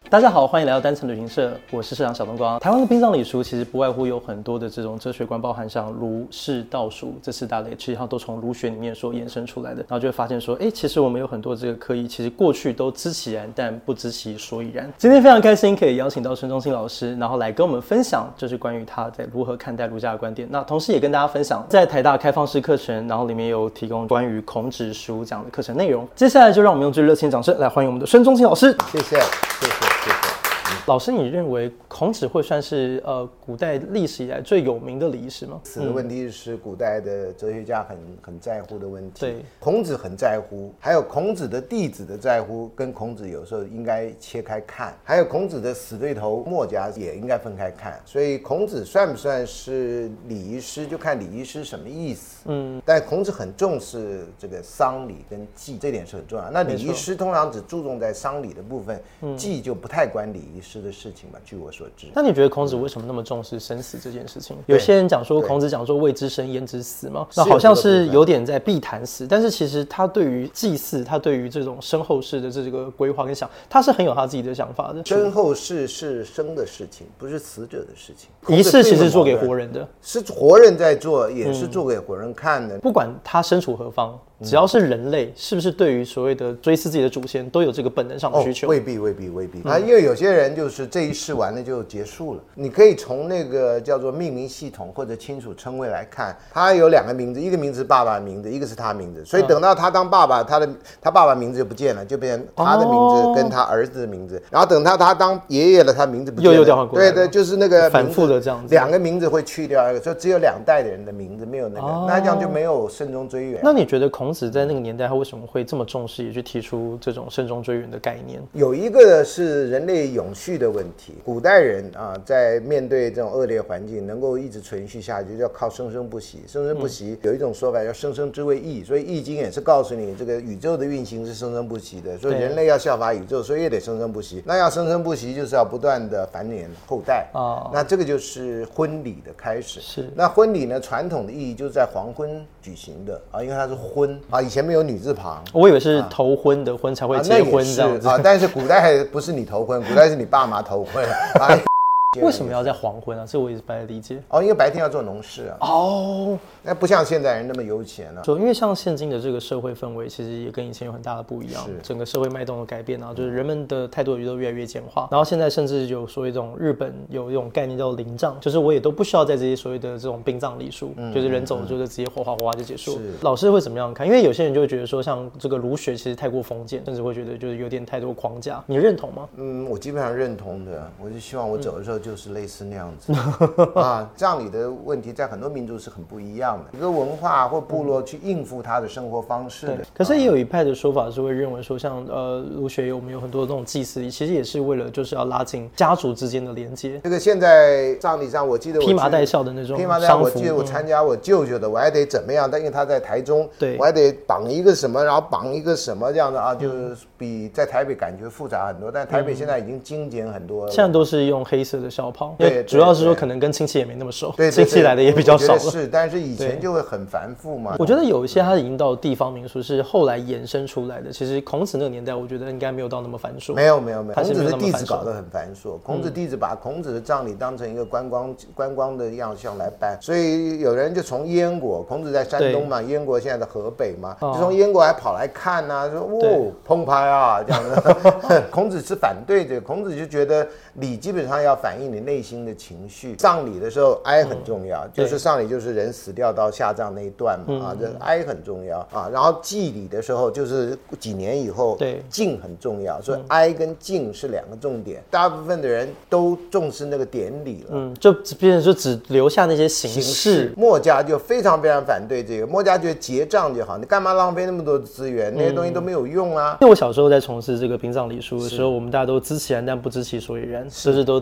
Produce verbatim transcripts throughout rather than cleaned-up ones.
大家好，欢迎来到单程旅行社，我是社长小东光。台湾的殡葬礼俗其实不外乎有很多的这种哲学观，包含像儒释道术这四大类，其实它都从儒学里面所衍生出来的。然后就会发现说，哎，其实我们有很多这个科仪，其实过去都知其然，但不知其所以然。今天非常开心可以邀请到孙中兴老师，然后来跟我们分享，就是关于他在如何看待儒家的观点。那同时也跟大家分享，在台大开放式课程，然后里面有提供关于孔子书这样的课程内容。接下来就让我们用最热情的掌声来欢迎我们的孙中兴老师。 谢谢，谢谢，谢谢。 老师，你认为孔子会算是呃古代历史以来最有名的礼仪师吗？ 此的问题是古代的哲学家很很在乎的问题。 对， 孔子很在乎，还有孔子的弟子的在乎，跟孔子有时候应该切开看，还有孔子的死对头墨家也应该分开看。所以孔子算不算是礼仪师，就看礼仪师什么意思。嗯，但孔子很重视这个丧礼跟祭，这点是很重要。那礼仪师通常只注重在丧礼的部分，嗯、祭就不太关礼仪师的事情吧，据我所知。 那你觉得孔子为什么那么重视生死这件事情？有些人讲说孔子讲说未知生焉知死嘛，那好像是有点在避谈死，但是其实他对于祭祀，他对于这种身后事的这个规划跟想，他是很有他自己的想法的。 身后事是生的事情，不是死者的事情。 仪式其实做给活人的， 是活人在做，也是做给活人看的。 嗯、不管他身处何方。只要是人类，是不是对于所谓的追思自己的祖先都有这个本能上的需求？ 哦、未必，未必，未必、嗯、啊！因为有些人就是这一世完了就结束了。你可以从那个叫做命名系统或者亲属称谓来看，他有两个名字，一个名字是爸爸的名字，一个是他名字。所以等到他当爸爸，他的他爸爸名字就不见了，就变成他的名字跟他儿子的名字。哦、然后等他他当爷爷了，他名字不见了， 又又调换过来了。 对对，就是那个反复的这样子， 两个名字会去掉一个，所以只有两代的人的名字，没有那个，哦、那这样就没有慎终追远。 那你觉得孔子在那个年代？他为什么会这么重视，也去提出这种慎终追远的概念？ 有一个是人类永续的问题。古代人啊，在面对这种恶劣环境，能够一直存续下去，就要靠生生不息。生生不息、嗯、有一种说法叫生生之谓易，所以《易经》也是告诉你，这个宇宙的运行是生生不息的，所以人类要效法宇宙，所以也得生生不息。那要生生不息，就是要不断的繁衍后代啊。那这个就是婚礼的开始。 是。 那婚礼呢，传统的意义就是在黄昏举行的啊，因为它是婚啊，以前没有女字旁， 我以为是头婚的婚才会结婚这样子啊, 啊，但是古代不是你头婚，古代是你爸妈头婚啊。 为什么要在黄昏啊？这我也是不太理解。 哦，因为白天要做农事啊。 哦， 那不像现在人那么有钱了、啊。 因为像现今的这个社会氛围，其实也跟以前有很大的不一样。整个社会脉动的改变啊，就是人们的态度都越来越简化。然后现在甚至有所谓这种日本有一种概念叫灵葬，就是我也都不需要在这些所谓的这种殡葬礼数，嗯、就是人走了就是直接火化火化就结束了。老师会怎么样看？因为有些人就会觉得说，像这个儒学其实太过封建，甚至会觉得就是有点太多框架。你认同吗？ 嗯，我基本上认同的。我就希望我走的时候就是类似那样子、嗯、啊，葬礼的问题在很多民族是很不一样的，一个文化或部落去应付他的生活方式的。 可是也有一派的说法是会认为说，像呃儒学我们有很多这种祭祀礼，其实也是为了就是要拉近家族之间的连接。 这个现在葬礼上，我记得我披麻戴孝的那种， 披麻戴孝，我记得我参加我舅舅的，我还得怎么样？但因为他在台中，对，我还得绑一个什么，然后绑一个什么这样的啊，就是比在台北感觉复杂很多。但台北现在已经精简很多了， 现在都是用黑色的孝袍。 对。 主要是说可能跟亲戚也没那么熟，对对对，亲戚来的也比较少了。 是，但是以前就会很繁复嘛。 我觉得有一些它已经到地方民俗是后来衍生出来的。其实孔子那个年代，我觉得应该没有到那么繁琐。 没有没有没有，孔子的弟子搞得很繁琐。孔子弟子把孔子的葬礼当成一个观光观光的样相来办，所以有人就从燕国，孔子在山东嘛，燕国现在的河北嘛，就从燕国还跑来看啊，说哦澎湃啊这样的。孔子是反对这个，孔子就觉得礼基本上要反映你内心的情绪。葬礼的时候哀很重要、嗯、就是丧礼就是人死掉到下葬那一段嘛、嗯、啊，这哀很重要啊。然后祭礼的时候就是几年以后，对，敬很重要，所以哀跟敬是两个重点。大部分的人都重视那个典礼了，嗯， 就变成说只留下那些形式。形式墨家就非常非常反对这个，墨家觉得结账就好，你干嘛浪费那么多的资源？那些东西都没有用啊。 因为我小时候在从事这个殡葬礼书的时候，我们大家都知其然但不知其所以然，就是都听前辈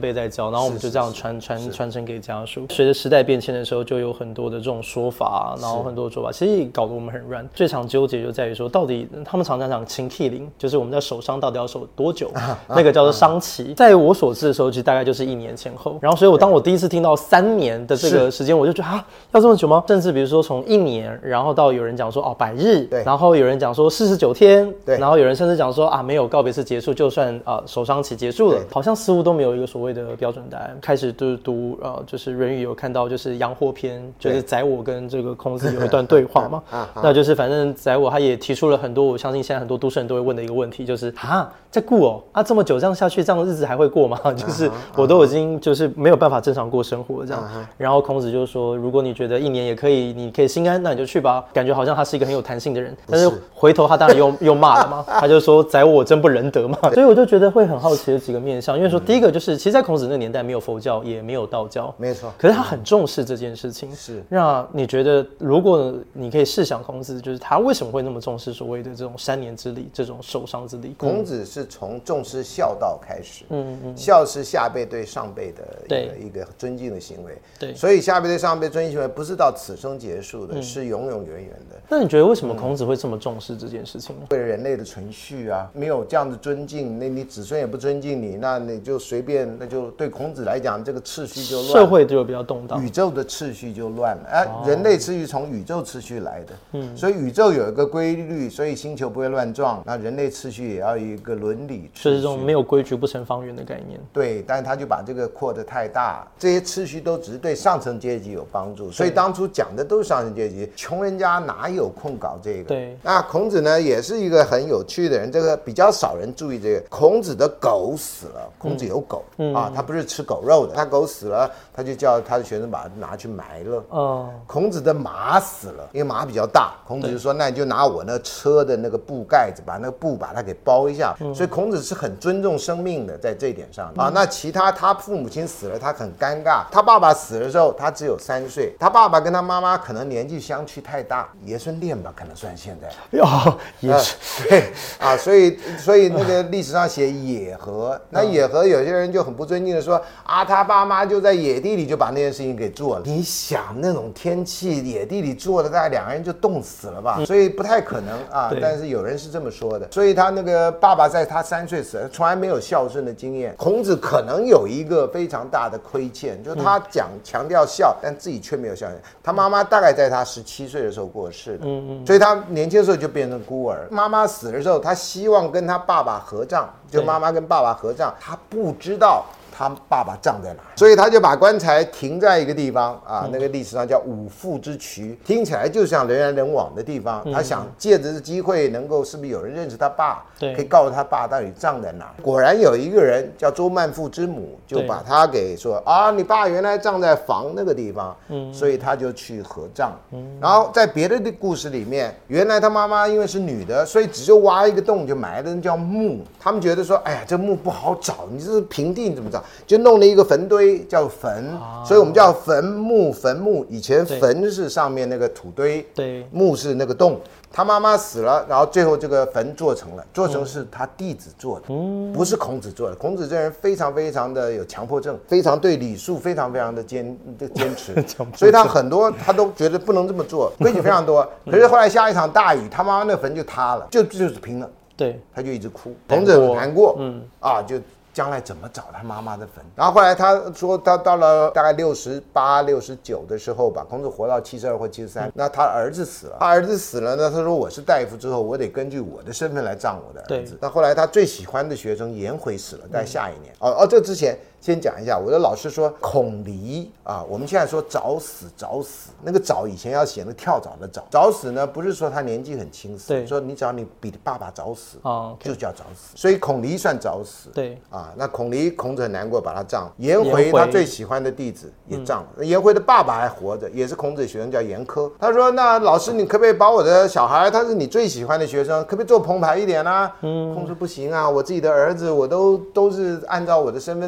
辈在教，然后我们就这样传传传承给家属。随着时代变迁的时候，就有很多的这种说法，然后很多的做法，其实也搞得我们很乱。最常纠结就在于说，到底他们常常讲清气灵，就是我们在守伤到底要守多久，啊、那个叫做伤期。啊、在我所知的时候，其实大概就是一年前后。然后，所以我当我第一次听到三年的这个时间，我就觉得啊，要这么久吗？甚至比如说从一年，然后到有人讲说哦百日，对，然后有人讲说四十九天，对，然后有人甚至讲说啊没有告别式结束，就算啊守伤期结束了，好像似乎都没有一个所谓的标准答案。开始就是读呃就是《论语》有看到就是阳货篇，就是宰我跟这个孔子有一段对话嘛，那就是反正宰我他也提出了很多，我相信现在很多都市人都会问的一个问题，就是啊在顾哦啊这么久这样下去，这样的日子还会过吗？就是我都已经就是没有办法正常过生活这样。然后孔子就说，如果你觉得一年也可以，你可以心安，那你就去吧。感觉好像他是一个很有弹性的人，但是回头他当然又又骂了嘛，他就说宰我真不仁德嘛。所以我就觉得会很好奇的几个面向，因为说第一个就是，其实，在孔子那个年代没有佛教，也没有道教， 没错。 可是他很重视这件事情。是。那你觉得，如果你可以试想孔子，就是他为什么会那么重视所谓的这种三年之礼，这种守伤之礼？ 孔子是从重视孝道开始，嗯嗯，孝是下辈对上辈的一个一个尊敬的行为，对。所以下辈对上辈尊敬行为不是到此生结束的，嗯、是永永远远的。 那你觉得为什么孔子会这么重视这件事情呢？ 为了人类的存续啊，没有这样的尊敬，那你子孙也不尊敬你，那你就随便，那就对孔子来讲，这个秩序就乱， 社会就比较动荡， 宇宙的秩序就乱了。哎、啊，哦、人类秩序从宇宙秩序来的，嗯，所以宇宙有一个规律，所以星球不会乱撞。那人类秩序也要有一个伦理秩序， 就是这种没有规矩不成方圆的概念。 对，但是他就把这个扩得太大，这些秩序都只是对上层阶级有帮助，所以当初讲的都是上层阶级，穷人家哪有空搞这个？对，那孔子呢也是一个很有趣的人，这个比较少人注意这个。孔子的狗死了，孔子有狗、嗯、啊，他不是吃狗肉的，他狗死了，他就叫他的学生把它拿去埋了。哦，孔子的马死了，因为马比较大，孔子就说那你就拿我那车的那个布盖子，把那个布把它给包一下。嗯、所以孔子是很尊重生命的，在这一点上、嗯、啊。那其他他父母亲死了，他很尴尬。他爸爸死的时候，他只有三岁，他爸爸跟他妈妈可能年纪相去太大，爷孙恋吧，可能算现在。 哦，也是、 呃、对啊，所以所以那个历史上写野合，那野合有些人就很不尊敬的说啊，他爸妈就在野地里就把那件事情给做了。你想那种天气，野地里做的，大概两个人就冻死了吧，所以不太可能啊。但是有人是这么说的，所以他那个爸爸在他三岁时从来没有孝顺的经验。孔子可能有一个非常大的亏欠，就是他讲强调孝，但自己却没有孝顺。他妈妈大概在他十七岁的时候过世的，所以他年轻的时候就变成孤儿。妈妈死的时候，他希望跟他爸爸合葬，就妈妈跟爸爸合葬，他不知道他爸爸葬在哪，所以他就把棺材停在一个地方啊，那个历史上叫五父之渠，听起来就像人来人往的地方。他想借着这机会，能够是不是有人认识他爸，可以告诉他爸到底葬在哪。果然有一个人叫周曼父之母，就把他给说啊，你爸原来葬在房那个地方，所以他就去合葬。然后在别的故事里面，原来他妈妈因为是女的，所以只就挖一个洞就埋的叫墓。他们觉得说，哎呀，这墓不好找，你这是平地你怎么找？就弄了一个坟堆叫坟、啊、所以我们叫坟墓。坟墓以前坟是上面那个土堆，对，墓是那个洞。他妈妈死了，然后最后这个坟做成了，做成是他弟子做的、嗯、不是孔子做的。孔子这人非常非常的有强迫症，非常对礼数非常非常的坚坚持所以他很多他都觉得不能这么做，规矩非常多。可是后来下一场大雨，他妈妈那坟就塌了，就就是平了，对，他就一直哭，孔子很难过，嗯啊，就将来怎么找他妈妈的坟。然后后来他说他到了大概六十八六十九的时候吧，孔子活到七十二或七十三、嗯、那他儿子死了，他儿子死了呢，他说我是大夫之后，我得根据我的身份来葬我的儿子。那后来他最喜欢的学生颜回死了，在下一年、嗯、哦哦，这之前先讲一下，我的老师说孔离啊，我们现在说早死早死，那个早以前要写那跳蚤的早，早死呢不是说他年纪很轻死，说你只要你比爸爸早死、哦 okay、就叫早死，所以孔离算早死。对啊，那孔离孔子很难过把他葬，颜回他最喜欢的弟子也葬了，嗯、颜回的爸爸还活着，也是孔子的学生叫颜科。他说那老师你可不可以把我的小孩，他是你最喜欢的学生，可不可以做澎湃一点啊？嗯，孔子说不行啊，我自己的儿子我都都是按照我的身份做。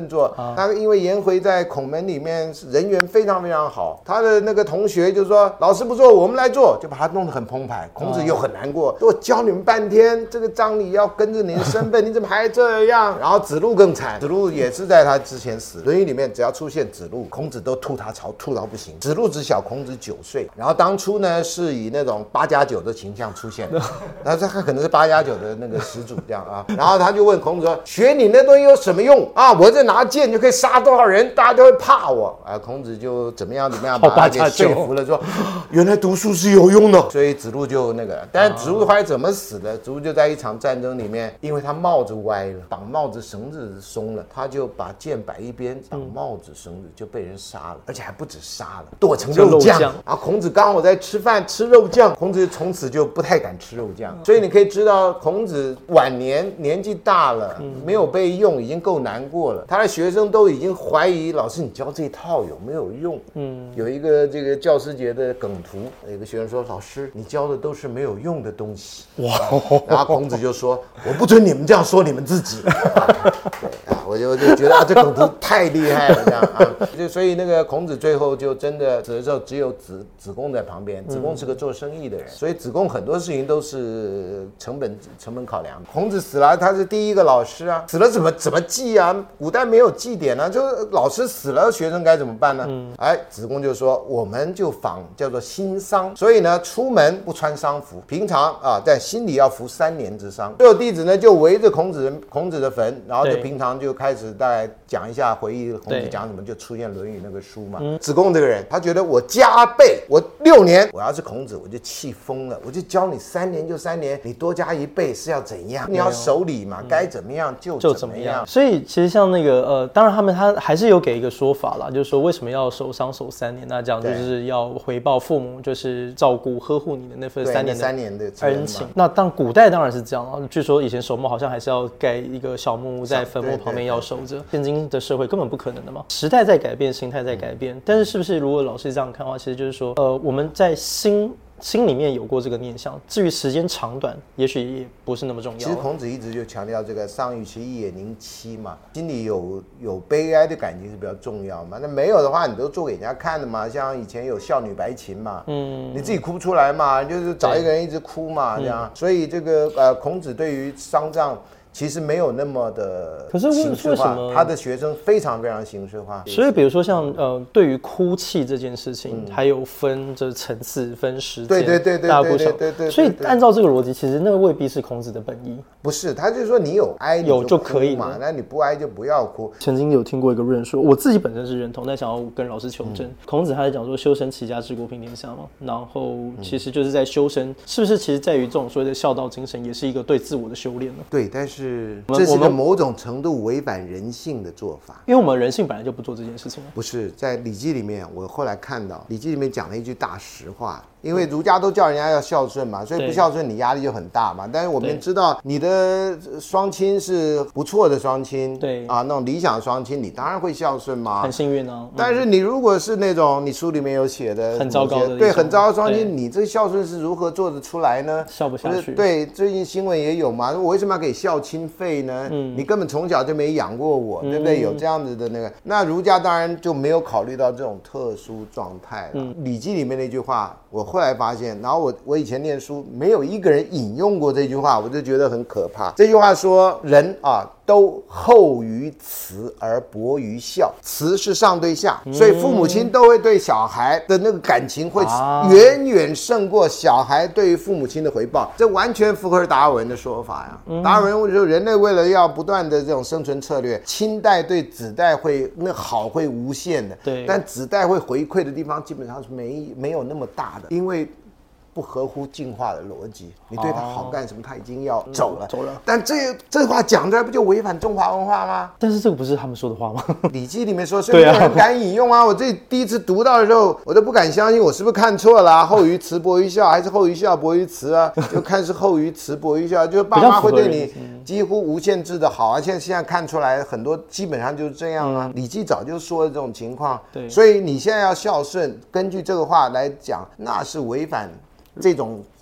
啊、那因为颜回在孔门里面人缘非常非常好，他的那个同学就说老师不做我们来做，就把他弄得很澎湃。孔子又很难过，我教你们半天，这个张礼要跟着你的身份，你怎么还这样？然后子路更惨，子路也是在他之前死。论语里面只要出现子路，孔子都吐他槽，吐到不行。子路只小孔子九岁，然后当初呢是以那种八加九的形象出现的，然后他可能是八加九的那个始祖这样啊。然后他就问孔子说：“学你那东西有什么用啊？我这拿剑就可以杀多少人，大家都会怕我啊。”孔子就怎么样怎么样把他给说服了，说原来读书是有用的。所以子路就那个，但是子路后来怎么死的？子路就在一场战争里面，因为他帽子歪了，绑帽子绳子松了，他就把剑摆一边，绑帽子绳子就被人杀了，而且还不止杀了，剁成肉酱。然后孔子刚好在吃饭吃肉酱，孔子从此就不太敢吃肉酱。所以你可以知道，孔子晚年年纪大了，没有被用，已经够难过了。他的学生都已经怀疑老师你教这套有没有用？嗯，有一个这个教师节的梗图，有个学生说：“老师，你教的都是没有用的东西。”哇！然后孔子就说：“我不准你们这样说你们自己。”对啊，我就就觉得啊，这梗图太厉害了，这样啊，就所以那个孔子最后就真的死的时候，只有子子贡在旁边。子贡是个做生意的人，所以子贡很多事情都是成本成本考量。孔子死了，他是第一个老师啊，死了怎么怎么祭啊？古代没有祭典啊，就是老师死了，学生该怎么办呢？嗯，哎，子贡就说，我们就仿叫做新丧，所以呢，出门不穿丧服，平常啊，在心里要服三年之丧。所有弟子呢就围着孔子孔子的坟，然后就平常就开始大概讲一下回忆孔子讲什么，就出现《论语》那个书嘛。嗯、子贡这个人，他觉得我加倍，我六年，我要是孔子，我就气疯了，我就教你三年就三年，你多加一倍是要怎样？你要守礼嘛，该、嗯、怎么样就怎么样。 所以其实像那个呃，当然他们他还是有给一个说法啦，就是说为什么要守丧守三年？那这样就是要回报父母，就是照顾呵护你的那份三年的三年的恩情。那当古代当然是这样了，据说以前守墓好像还是要盖一个小木屋在坟墓旁边要守着。现今的社会根本不可能的嘛，时代在改变，心态在改变。嗯、但是是不是如果老师这样看的话，其实就是说，呃，我们在心。心里面有过这个念想，至于时间长短，也许也不是那么重要。 其实孔子一直就强调这个丧欲其义也宁戚嘛，心里有有悲哀的感情是比较重要嘛。那没有的话，你都做给人家看的嘛。像以前有孝女白琴嘛，嗯，你自己哭不出来嘛，就是找一个人一直哭嘛，这样。嗯、所以这个呃，孔子对于丧葬。其实没有那么的形式化，他的学生非常非常形式化。 所以比如说像呃，对于哭泣这件事情，嗯、还有分这层次、分时间， 对对对对大不小。所以按照这个逻辑，其实那个未必是孔子的本意。 不是，他就是说你有哀你有就可以嘛，那你不哀就不要哭。 曾经有听过一个论述，我自己本身是认同，但想要跟老师求证。嗯、孔子他在讲说修身齐家治国平天下嘛，然后其实就是在修身，是不是其实在于这种所谓的孝道精神，也是一个对自我的修炼呢？ 对，但是。是，这是个某种程度违反人性的做法， 因为我们人性本来就不做这件事情。 不是，在《礼记》里面，我后来看到《礼记》里面讲了一句大实话，因为儒家都叫人家要孝顺嘛，所以不孝顺你压力就很大嘛。但是我们知道你的双亲是不错的双亲，对啊，那种理想双亲，你当然会孝顺嘛， 很幸运啊。嗯、 但是你如果是那种你书里面有写的很糟糕的， 对，很糟糕的双亲，你这孝顺是如何做得出来呢？ 孝不下去。 对，最近新闻也有嘛，我为什么要给孝亲费呢？嗯、你根本从小就没养过我，嗯、对不对？有这样子的那个，那儒家当然就没有考虑到这种特殊状态了。嗯，《礼记》里面那句话，我后来发现，然后我我以前念书没有一个人引用过这句话，我就觉得很可怕。这句话说，人啊都厚于慈而薄于孝，慈是上对下，所以父母亲都会对小孩的那个感情会远远胜过小孩对于父母亲的回报，这完全符合达尔文的说法呀。嗯、达尔文说，人类为了要不断的这种生存策略，亲代对子代会那好会无限的，对，但子代会回馈的地方基本上是没没有那么大的，因为不合乎进化的逻辑，你对他好干什么，他已经要走了。走了。但这这话讲出来，不就违反中华文化吗？ 但是这个不是他们说的话吗？ 《礼记》里面说，所以没有人敢引用啊。我这第一次读到的时候，我都不敢相信，我是不是看错了、啊？厚于慈，薄于孝，还是厚于孝，薄于慈啊？就看是厚于慈，薄于孝，就是爸妈会对你几乎无限制的好啊。现在现在看出来，很多基本上就是这样啊。《礼记》早就说了这种情况，对，所以你现在要孝顺，根据这个话来讲，那是违反这种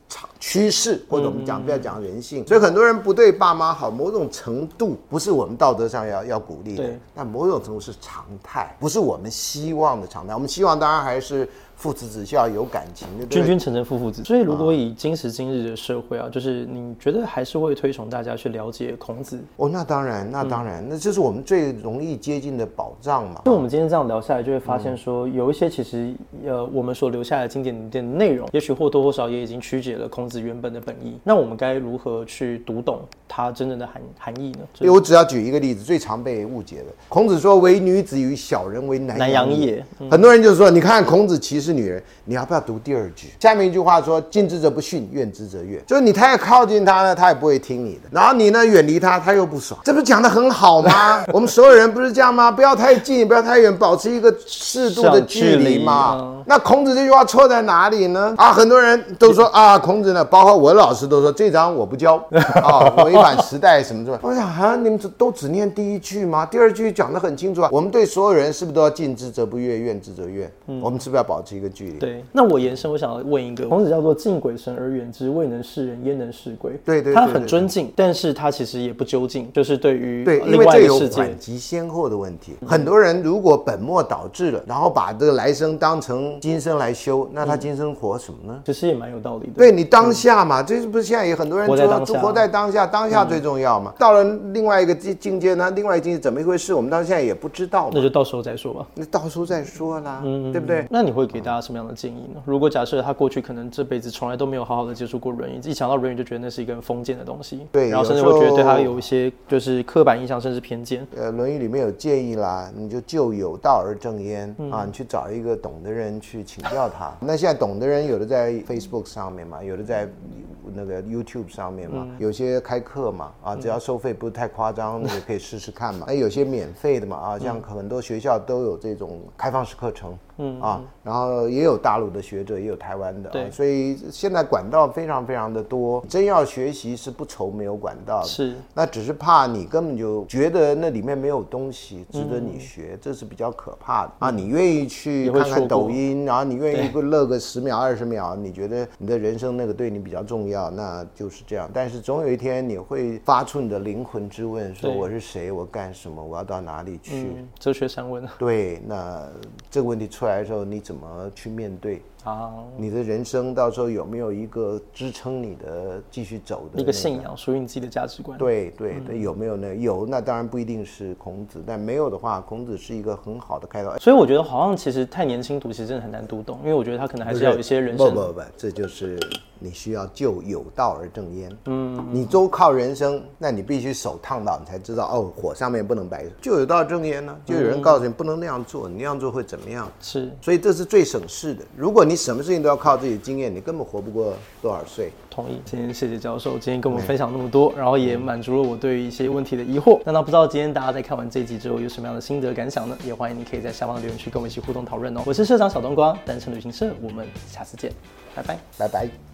趋势，或者我们讲不要讲人性，所以很多人不对爸妈好，某种程度不是我们道德上要要鼓励的，但某种程度是常态，不是我们希望的常态。我们希望当然还是父慈子孝有感情的， 君君臣臣父父子。所以如果以今时今日的社会啊，就是你觉得还是会推崇大家去了解孔子？ 哦，那当然，那当然，嗯、那这是我们最容易接近的宝藏嘛。 就我们今天这样聊下来，就会发现说，嗯、有一些其实呃我们所留下来的经典里面的内容，也许或多或少也已经曲解了孔子原本的本意。那我们该如何去读懂它真正的含含义呢？ 我只要举一个例子，最常被误解的，孔子说：“唯女子与小人为难养也。”嗯、很多人就说：“你看孔子歧视女人。”你要不要读第二句？下面一句话说：“近之则不逊，远之则怨。”就是你太靠近他呢，他也不会听你的；然后你呢远离他，他又不爽。这不是讲得很好吗？我们所有人不是这样吗？不要太近，不要太远，保持一个适度的距离嘛。嗯、那孔子这句话错在哪里呢？啊，很多人都说啊，孔子呢，包括我的老师都说这章我不教啊，违反时代什么什么。我想啊，你们都只念第一句吗？第二句讲得很清楚啊。我们对所有人是不是都要近之则不悦，远之则怨？嗯、我们是不是要保持一个距离？ 对。那我延伸，我想要问一个，孔子叫做敬鬼神而远之，未能视人，焉能视鬼？ 对 对, 对, 对, 对， 他很尊敬，但是他其实也不究竟，就是对于对，因为这有缓急先后的问题。嗯、很多人如果本末倒置了，然后把这个来生当成今生来修，那他今生活什么呢？ 其实也蛮有道理的。 对你当下嘛，嗯、这不是现在也很多人说活在当下，活在当下，当下最重要嘛。嗯、到了另外一个境界呢，另外一个境界怎么一回事，我们到现在也不知道嘛。 那就到时候再说吧。 那到时候再说啦，嗯、对不对？ 那你会给大家什么样的建议呢？如果假设他过去可能这辈子从来都没有好好的接触过《论语》，一想到《论语》就觉得那是一个很封建的东西， 对， 然后甚至会觉得对他有一些就是刻板印象，甚至偏见。 呃，《论语》里面有建议啦，你就就有道而正焉、嗯、啊，你去找一个懂的人去请教他。那现在懂的人有的在 Facebook 上面嘛，有的在那个 YouTube 上面嘛，嗯、有些开课嘛，啊，只要收费不是太夸张，你也可以试试看嘛。哎，有些免费的嘛，啊，像很多学校都有这种开放式课程。嗯啊，然后也有大陆的学者，也有台湾的，对、啊，所以现在管道非常非常的多，真要学习是不愁没有管道的， 是， 那只是怕你根本就觉得那里面没有东西值得你学，嗯、这是比较可怕的啊！你愿意去看看抖音，然后你愿意乐个十秒二十秒，你觉得你的人生那个对你比较重要，那就是这样。但是总有一天你会发出你的灵魂之问，说我是谁，我干什么，我要到哪里去？ 嗯、哲学三问。 对，那这个问题出来的时候，你怎么去面对啊？你的人生到时候有没有一个支撑你的继续走的、那个、 一个信仰，属于你自己的价值观？ 对对对，嗯、有没有呢？有，那当然不一定是孔子，但没有的话，孔子是一个很好的开导。 所以我觉得好像其实太年轻读，其实真的很难读懂，因为我觉得他可能还是要有一些人生。 不不不，这就是你需要就有道而正焉。嗯，你都靠人生，那你必须手烫到，你才知道哦，火上面不能白。就有道而正焉呢，就有人告诉你不能那样做，你那样做会怎么样？ 是， 所以这是最省事的。如果你什么事情都要靠自己的经验，你根本活不过多少岁。 同意。今天谢谢教授，今天跟我们分享那么多，然后也满足了我对于一些问题的疑惑。那不知道今天大家在看完这一集之后有什么样的心得感想呢？也欢迎你可以在下方的留言区跟我们一起互动讨论哦。我是社长小冬瓜，单程旅行社，我们下次见，拜拜， 拜拜。